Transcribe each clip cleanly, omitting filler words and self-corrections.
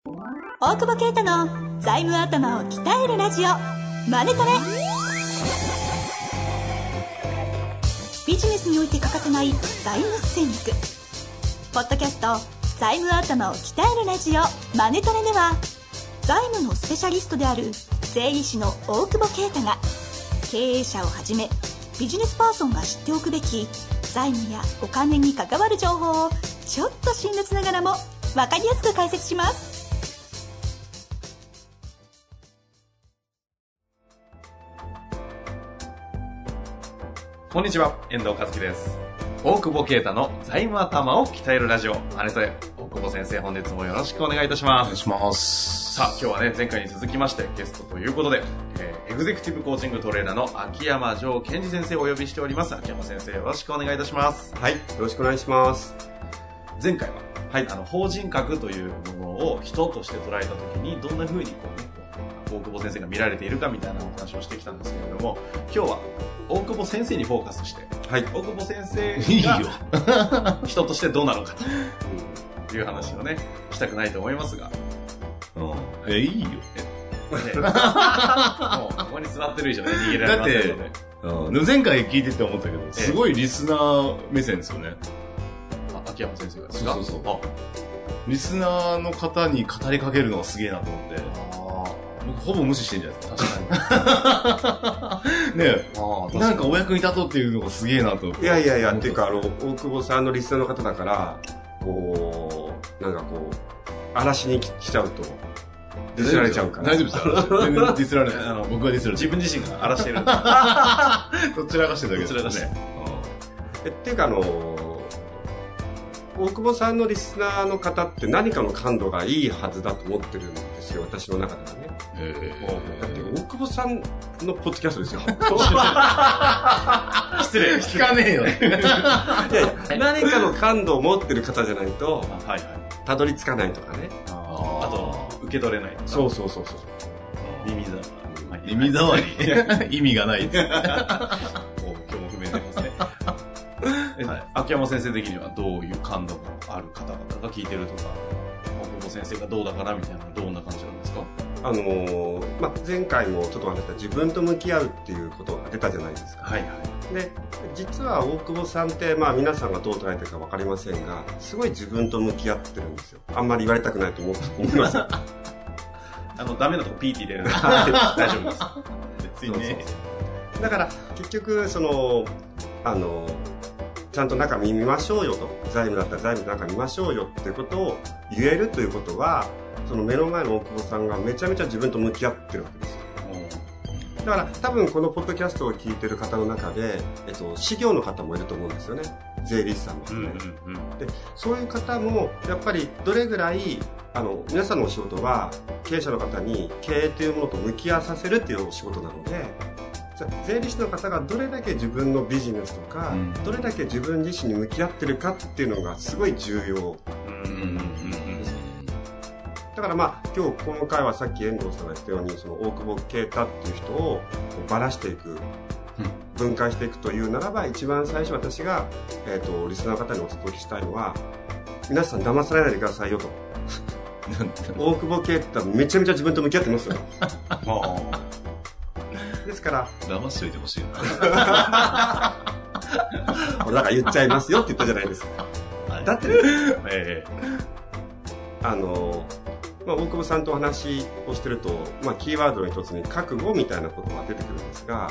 大久保啓太の財務頭を鍛えるラジオマネトレ。ビジネスにおいて欠かせない財務戦略。ポッドキャスト財務頭を鍛えるラジオマネトレでは、財務のスペシャリストである税理士の大久保啓太が、経営者をはじめビジネスパーソンが知っておくべき財務やお金に関わる情報をちょっと辛辣ながらも分かりやすく解説します。 こんにちは、遠藤和樹です。大久保啓太の財務頭を鍛えるラジオマネトレ。大久保先生、本日もよろしくお願いいたします。 お願いします。 さあ、今日はね、前回に続きましてゲストということで、エグゼクティブコーチングトレーナーの秋山城健二先生をお呼びしております。秋山先生、よろしくお願いいたします。 はい、よろしくお願いします。 前回は、法人格というものを人として捉えたときに、どんな風に大久保先生が見られているかみたいなお話をしてきたんですけれども、今日は大久保先生にフォーカスして、大久保先生が人としてどうなのかという話をね、したくないと思いますが、 いいよ。 もうここに座ってる以上ね、逃げられませんので。 前回聞いてて思ったけど、すごいリスナー目線ですよね。 秋山先生がですか？ そう。リスナーの方に語りかけるのがすげえなと思って。僕ほぼ無視してんじゃないですか。 確かに。 ねえ。なんかお役に立とうっていうのがすげえなと。 いや、っていうか、大久保さんのリスナーの方だから、嵐に来ちゃうと、ディスられちゃうから。 大丈夫ですよ。全然ディスられない。僕はディスられ自分自身が荒らしてる。 どちらかしてるだけですね。 どちらかして。 っていうか、大久保さんのリスナーの方って何かの感度がいいはずだと思ってるんですよ、私の中ではね。だって大久保さんのポッドキャストですよ。 失礼。 聞かねえよ。 いや、何かの感度を持ってる方じゃないと、たどり着かないとかね。 あと、受け取れないとか。 そう。 耳障り。 意味がないです。 今日も不明になりますね。秋山先生的にはどういう感度がある方々が聞いてるとか、大久保先生がどうだかなみたいなのはどんな感じなんですか？ 前回もちょっと話した自分と向き合うっていうことが出たじゃないですか。で、実は大久保さんって、皆さんがどう捉えてるか分かりませんが、すごい自分と向き合ってるんですよ。あんまり言われたくないと思います。 ダメなとこピーって入れるので大丈夫です。別にね。 だから結局ちゃんと中見ましょうよと、財務だったら財務の中見ましょうよっていうことを言えるということは、その目の前の大久保さんがめちゃめちゃ自分と向き合ってるわけですよ。だから多分このポッドキャストを聞いてる方の中で、事業の方もいると思うんですよね。税理士さんもね。で、そういう方もやっぱりどれぐらい皆さんのお仕事は経営者の方に経営というものと向き合わさせるっていうお仕事なので、税理士の方がどれだけ自分のビジネスとか、どれだけ自分自身に向き合ってるかっていうのがすごい重要。だから今日この回はさっき遠藤さんが言ったように、その大久保啓太っていう人をばらしていく、分解していくというならば、一番最初私が、リスナーの方にお届けしたいのは、皆さん騙されないでくださいよと。大久保啓太めちゃめちゃ自分と向き合ってますよ。ですから騙しといてほしいな。 俺だから言っちゃいますよって言ったじゃないですか。だってね、大久保さんとお話をしてると、キーワードの一つに覚悟みたいなことが出てくるんですが、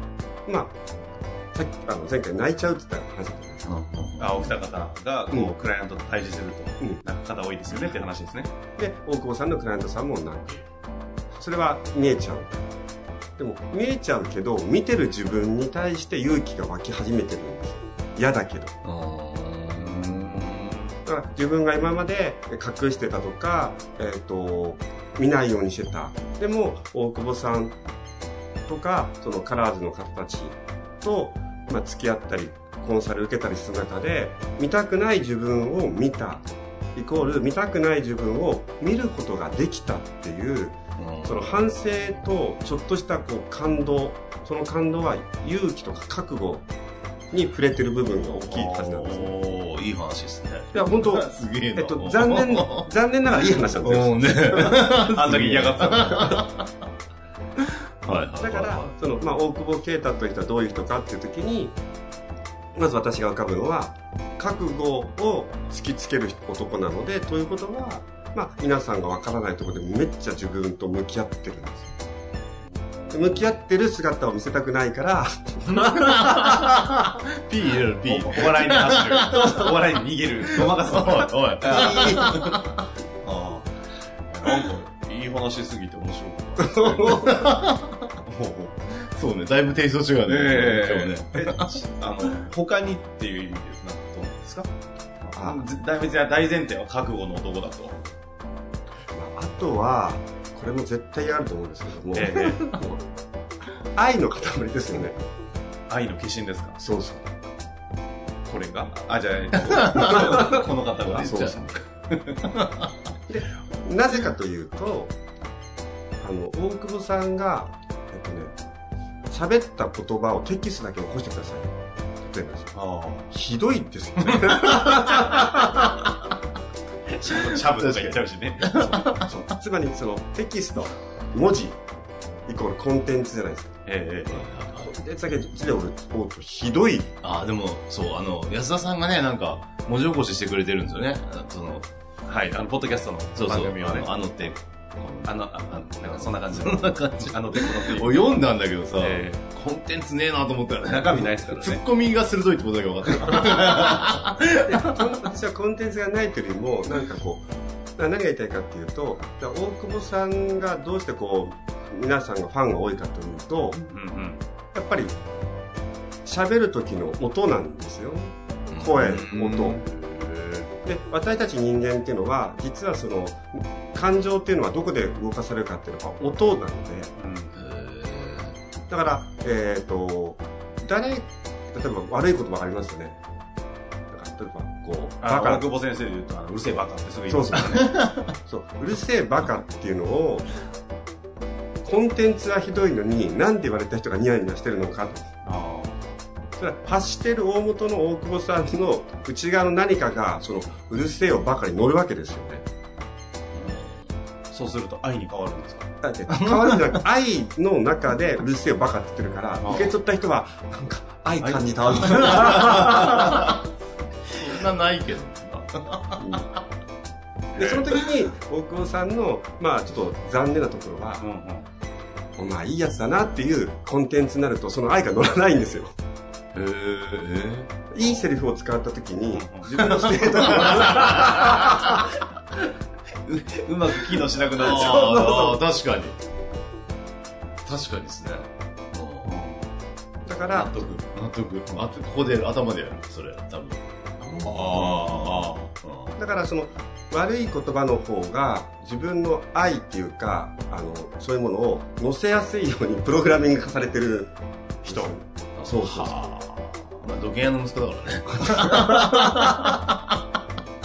さっき前回泣いちゃうって言った話だったんですよ。 お二方がクライアントと対峙すると、泣く方多いですよねって話ですね。 で、大久保さんのクライアントさんも泣く。それは見えちゃう。でも見えちゃうけど、見てる自分に対して勇気が湧き始めてるんですよ。嫌だけど。だから自分が今まで隠してたとか、見ないようにしてた。でも大久保さんとかそのカラーズの方たちと、付き合ったりコンサル受けたりする中で、見たくない自分を見たイコール見たくない自分を見ることができたっていう、その反省とちょっとした感動、その感動は勇気とか覚悟に触れてる部分が大きいはずなんですね。 いい話ですね。 いや、本当すげえな。 残念ながらいい話なんですよ。 ね。 あんだけ嫌がってた。 はい。 だから、大久保啓太という人はどういう人かっていう時に、まず私が浮かぶのは、覚悟を突きつける男なので、ということは、皆さんがわからないところでめっちゃ自分と向き合ってるんですよ。向き合ってる姿を見せたくないから、 P 入れる P。 お笑いに走る。お笑いに逃げる。ごまかすの。 おい。 なんか、いい話すぎて面白かった。 そうね、だいぶテイスト違うね。 他にっていう意味で、どうなんですか？大前提は覚悟の男だと。 あとは、これも絶対あると思うんですけども、愛の塊ですよね。 愛の化身ですか？ そうそう。 これが？じゃあ、この方が。 そうそう。で、なぜかというと、大久保さんが、喋った言葉をテキストだけ起こしてください。例えばですよ。ひどいですよね。 シャブとか言っちゃうしね。 そうつまりテキスト、文字イコールコンテンツじゃないですか。コンテンツだけ字で追うとひどい。 でもそう安田さんがねなんか文字起こししてくれてるんですよね。 はいポッドキャストの番組をね。 ってなんかそんな感じ。そんな感じ。 読んだんだけどさ、コンテンツねえなと思ったよね。 中身ないですからね。 ツッコミが鋭いってことだけ分かった。 私はコンテンツがないというよりも、何が言いたいかっていうと、大久保さんがどうして皆さんがファンが多いかというと、やっぱり、喋る時の音なんですよ。声、音。で、私たち人間っていうのは、実は感情っていうのはどこで動かされるかっていうのは音なので、だから、例えば悪い言葉がありますよね。だから例えばバカ。大久保先生で言うと、うるせえバカってすぐ言いますからね。 そう、うるせえバカっていうのを、コンテンツはひどいのに、なんて言われた人がニヤニヤしてるのかと。それは発してる大元の大久保さんの内側の何かが、うるせえをバカに乗るわけですよね。 そうすると愛に変わるんですか？ だって変わるんじゃなくて、愛の中でうるせえをバカって言ってるから、受け取った人は、なんか愛感じた。 そんなないけど。 で、その時に、大久保さんの、ちょっと残念なところは、お前いいやつだなっていうコンテンツになると、その愛が乗らないんですよ。いいセリフを使った時に、自分のステートがうまく機能しなくなっちゃう。確かにですね。 だから、 納得。ここで頭でやる、それ、多分。 だから悪い言葉の方が自分の愛っていうかそういうものを乗せやすいようにプログラミング化されてる人。そう。 土建屋の息子だからね。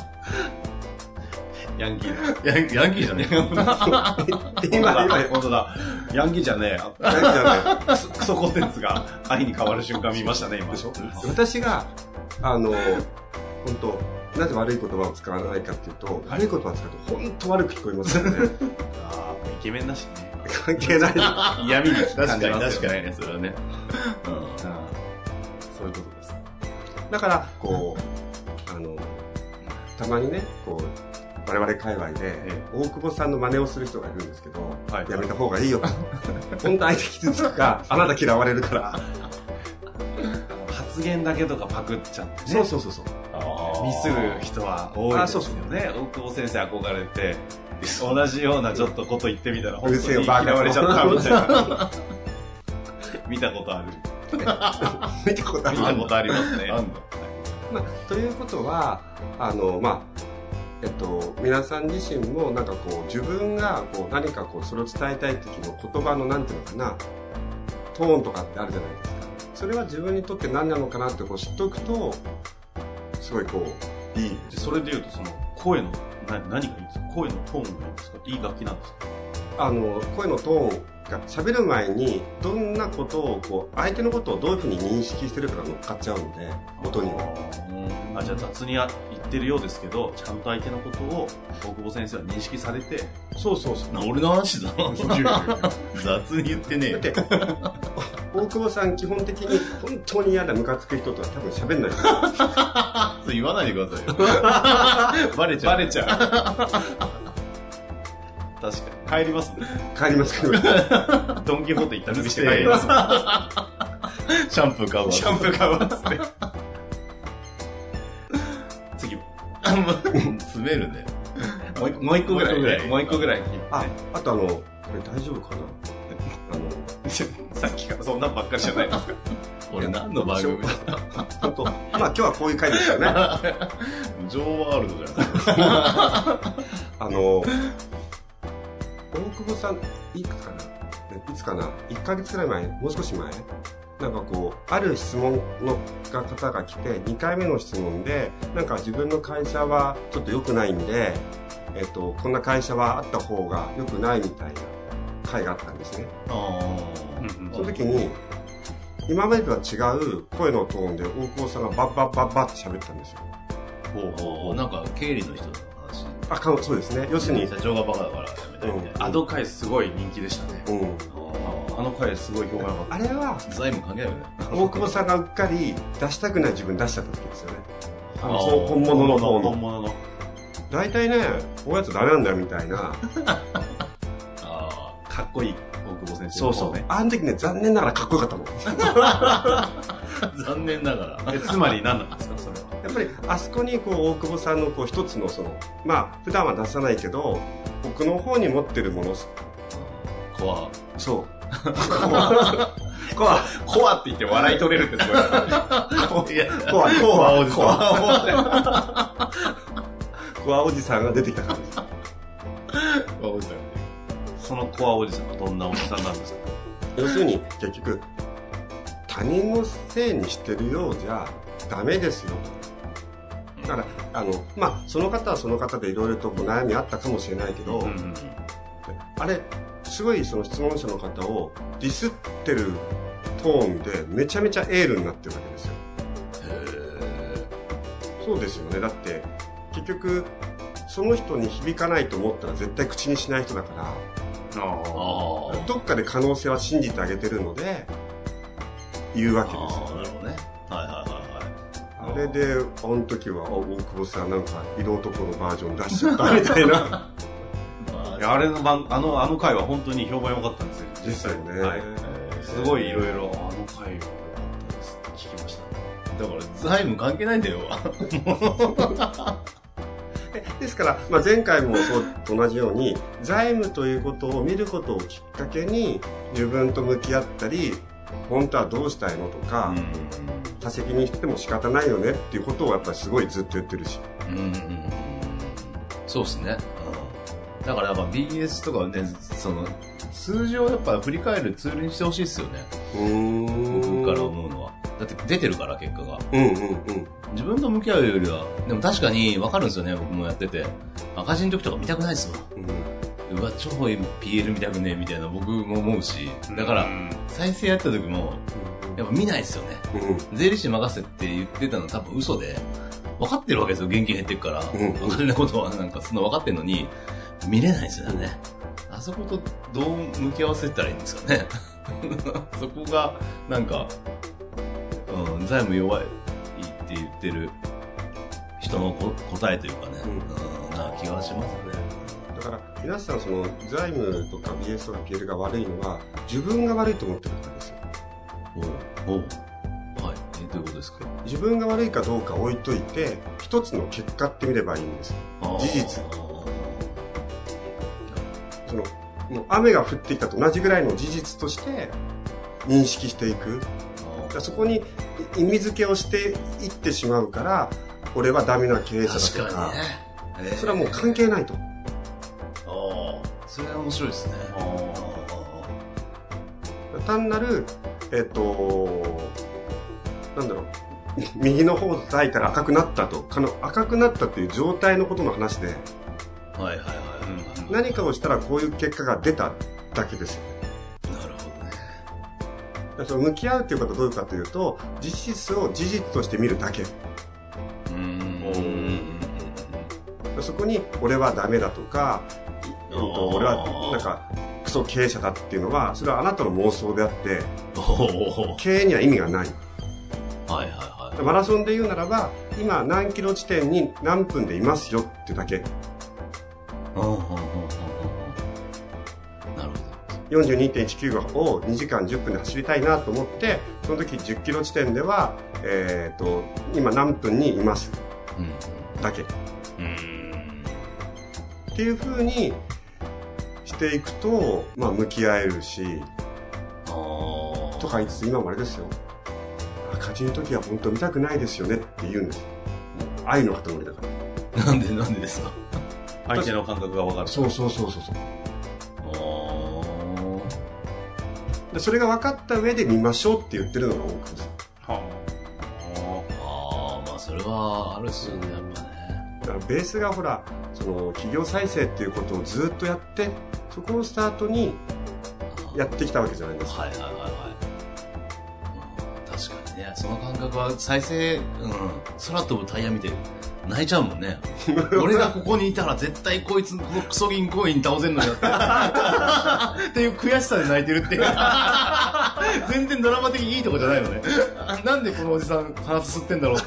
ヤンキーヤンキーじゃねえ今本当だ。ヤンキーじゃねえ。クソコンテンツが愛に変わる瞬間見ましたね、今。 でしょ？私が、本当なぜ悪い言葉を使わないかっていうと、悪い言葉を使うと本当悪く聞こえますよね。 イケメンだしね。 関係ない。 嫌味に感じますよね。 確かにね、それはね。 そういうことです。 だから、たまにね、我々界隈で、大久保さんの真似をする人がいるんですけど、やめた方がいいよ。本当相手傷つくか、あなた嫌われるから。 発言だけとかパクっちゃってね。 そう。 ミスる人は多いですよね。大久保先生憧れて、同じようなちょっとこと言ってみたら、本当に嫌われちゃったみたいな。見たことある。 見たことありますね。 ということは、皆さん自身も自分が何かそれを伝えたい時の言葉のなんていうのかな、トーンとかってあるじゃないですか。それは自分にとって何なのかなって知っておくと、すごいいい。 それでいうと声の何がいいんですか？ 声のトーンがいいんですか？いい楽器なんですか？ 声のトーンが喋る前にどんなことをこう相手のことをどういうふうに認識してるかが乗っかっちゃうので、音には。 じゃあ雑に言ってるようですけど、ちゃんと相手のことを大久保先生は認識されて。 そうそうそう。 俺の話だな。雑に言ってねえ。 だって大久保さん基本的に本当に嫌だムカつく人とは多分喋んないですよ。 そう言わないでくださいよ。バレちゃう。 バレちゃう。確かに帰りますね。 帰ります。 ドンキホーテ行ったら見せて帰ります。 シャンプー買うわ。 シャンプー買うわっつって。次も。 詰めるね。 もう一個ぐらい。もう一個ぐらい。 あとこれ大丈夫かな？ さっきからそんなんばっかりじゃないですか。 俺何の番組だ本当。まあ今日はこういう回ですよね。 ジョーワールドじゃん。 大久保さん、いつかな ?1 ヶ月くらい前、もう少し前なんかこう、ある質問の方が来て、2回目の質問で、なんか自分の会社はちょっと良くないんで、こんな会社はあった方が良くないみたいな回があったんですね。その時に、今までとは違う声のトーンで大久保さんがバッバッバッバッって喋ったんですよ。 ほう。なんか経理の人の話。 そうですね。要するに。 社長がバカだからやめたいみたいな。 あの回すごい人気でしたね。あの回すごい評判が良かった。 あれは、 財務関係ないよね。 大久保さんがうっかり出したくない自分出しちゃった時ですよね。本物の方の。 本物の。 大体ね、こういうやつダメなんだよみたいな。 かっこいい大久保先生。 そうそう。あの時ね、残念ながらかっこよかったもん。 残念ながら。 つまり何なんですか、それは。 やっぱり、あそこにこう、大久保さんのこう、一つのまあ、普段は出さないけど、僕の方に持ってるもの。 コア。 そう。 コアって言って笑い取れるってすごい。 コアおじさんが出てきた感じです。 コアおじさん。 そのコアおじさんはどんなおじさんなんですか？ 要するに、結局、他人のせいにしてるようじゃダメですよと。だからまあその方はその方でいろいろと悩みあったかもしれないけど、あれすごいその質問者の方をディスってるトーンでめちゃめちゃエールになってるわけですよ。そうですよね。だって結局その人に響かないと思ったら絶対口にしない人だから、どっかで可能性は信じてあげてるので言うわけですよ。 なるほどね。 あれであの時は大久保さんなんか色男のバージョン出しちゃったみたいな。 いや、あの回は本当に評判良かったんですよ。 実際ね。 はい。すごいいろいろあの回は良かったですって聞きました。 だから財務関係ないんだよ。 ですから、まあ、前回もそうと同じように財務ということを見ることをきっかけに自分と向き合ったり、本当はどうしたいのとか、他責にしても仕方ないよねっていうことをやっぱりすごいずっと言ってるし。 そうですね。だからやっぱ BS とかね、数字をやっぱ振り返るツールにしてほしいですよね。僕から思うのは。だって出てるから結果が。自分と向き合うよりは、でも確かに分かるんですよね、僕もやってて。赤字の時とか見たくないですもん。うわ、超 PL 見たくねえみたいな僕も思うし。だから、再生やった時も、やっぱ見ないですよね。税理士任せって言ってたの多分嘘で、分かってるわけですよ、現金減ってるから。お金のことはなんかそんな分かってんのに、見れないですよね。あそことどう向き合わせたらいいんですかね。そこが、なんか、財務弱いって言ってる人の答えというかね、な気がしますね。 だから皆さん財務とか BS とか PL が悪いのは自分が悪いと思ってるからですよ。 はい。どういうことですか？ 自分が悪いかどうか置いといて一つの結果って見ればいいんです。事実。雨が降ってきたと同じぐらいの事実として認識していく。そこに意味付けをしていってしまうから俺はダメな経営者だとか、それはもう関係ないと。 それは面白いですね。 単なるなんだろう、右の方叩いたら赤くなったと、赤くなったっていう状態のことの話で、 はいはいはい、 何かをしたらこういう結果が出ただけですよ。 なるほどね。 その向き合うっていうことはどういうかというと、事実を事実として見るだけ。そこに俺はダメだとか、俺はなんかクソ経営者だっていうのは、それはあなたの妄想であって経営には意味がない。 はいはいはい。 マラソンで言うならば、今何キロ地点に何分でいますよってだけ。 なるほど。 42.195 を2時間10分で走りたいなと思って、その時10キロ地点では、今何分にいます、だけ。っていう風にしていくと、まあ向き合えるし、とか言いつつ、今もあれですよ。赤字の時は本当見たくないですよねって言うんです。愛の塊だから。 なんでですか？ 相手の感覚が分かる。 そう。それが分かった上で見ましょうって言ってるのが多くです。 まあそれはあるっすよね、やっぱね。 だからベースがほら、その企業再生っていうことをずっとやって、そこをスタートにやってきたわけじゃないですか。 はいはいはいはい。確かにね、その感覚は再生、空飛ぶタイヤ見て泣いちゃうもんね。俺がここにいたら絶対こいつこのクソ銀行員倒せんのよってっていう悔しさで泣いてるっていう全然ドラマ的にいいとこじゃないのね。なんでこのおじさん鼻すすってんだろうって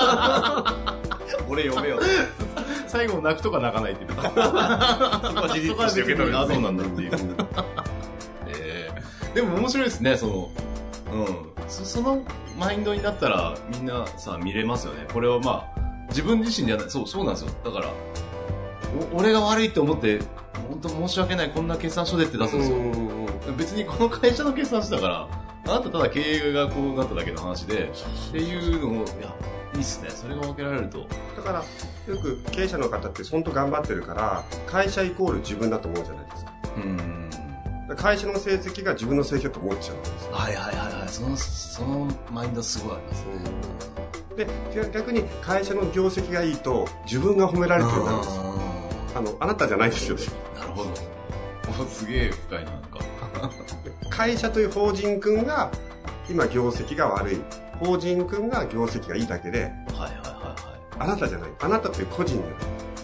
俺呼べよ最後泣くとか泣かないっていうそこは事実として受け止める。そうなんだっていうでも面白いですね。そのマインドになったらみんなさ見れますよね。これはまあ自分自身じゃない、そうなんですよ。だから俺が悪いって思って本当申し訳ない、こんな決算書でって出すんですよ。別にこの会社の決算書だからあなたただ経営がこうなっただけの話でっていうのを、いやいいっすね。それが分けられると。 だからよく経営者の方って本当頑張ってるから会社イコール自分だと思うじゃないですか。会社の成績が自分の成績だと思っちゃうんです。 はいはいはいはい。そのマインドすごいありますね。 で逆に会社の業績がいいと自分が褒められてるんです。あなたじゃないですよ。 なるほど。すげえ深いな、なんか会社という法人君が今業績が悪い、法人君が業績がいいだけで、あなたじゃない、あなたという個人じゃない。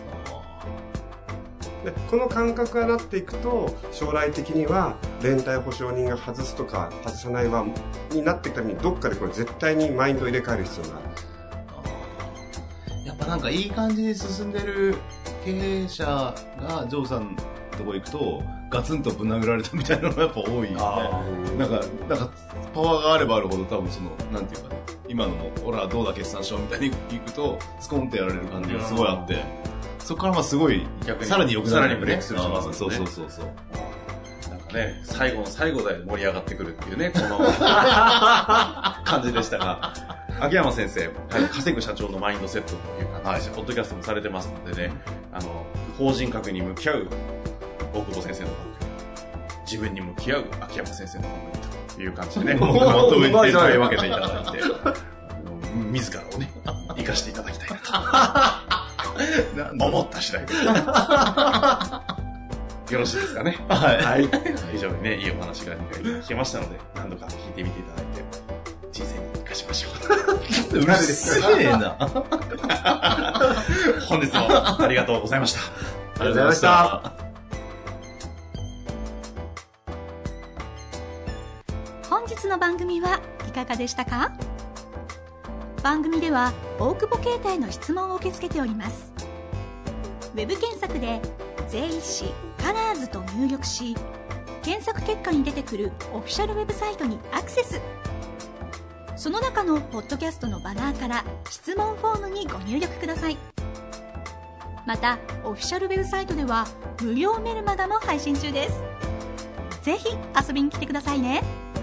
でこの感覚がなっていくと、将来的には連帯保証人が外すとか外さないはになっていくために、どっかでこれ絶対にマインドを入れ替える必要がある。 やっぱなんかいい感じに進んでる経営者がジョーさんのとこ行くとガツンとぶん殴られたみたいなのがやっぱ多いよね。なんかパワーがあればあるほど多分そのなんていうかね、今のも俺はどうだ決算しようみたいに行くとスコンってやられる感じがすごいあって、そこからまあすごい逆にさらに良くなる、 さらにブレイクスルーしますね。 そうなんかね、最後の最後で盛り上がってくるっていうね、この感じでしたが、秋山先生、稼ぐ社長のマインドセットという感じで、ポッドキャストもされてますのでね、法人格に向き合う大久保先生の番組、自分に向き合う秋山先生の番組という感じでね、まとめて取り分けていただいて、自らをね、生かしていただきたいなと思った次第です。よろしいですかね。 はい。 非常にね、いいお話が聞けましたので、何度か聞いてみていただいて、人生に生かしましょう。 うるせえな。 本日もありがとうございました。 ありがとうございました。 本日の番組はいかがでしたか？番組では大久保携帯の質問を受け付けております。ウェブ検索で税理士カラーズと入力し、検索結果に出てくるオフィシャルウェブサイトにアクセス。その中のポッドキャストのバナーから質問フォームにご入力ください。またオフィシャルウェブサイトでは無料メルマガも配信中です。ぜひ遊びに来てくださいね。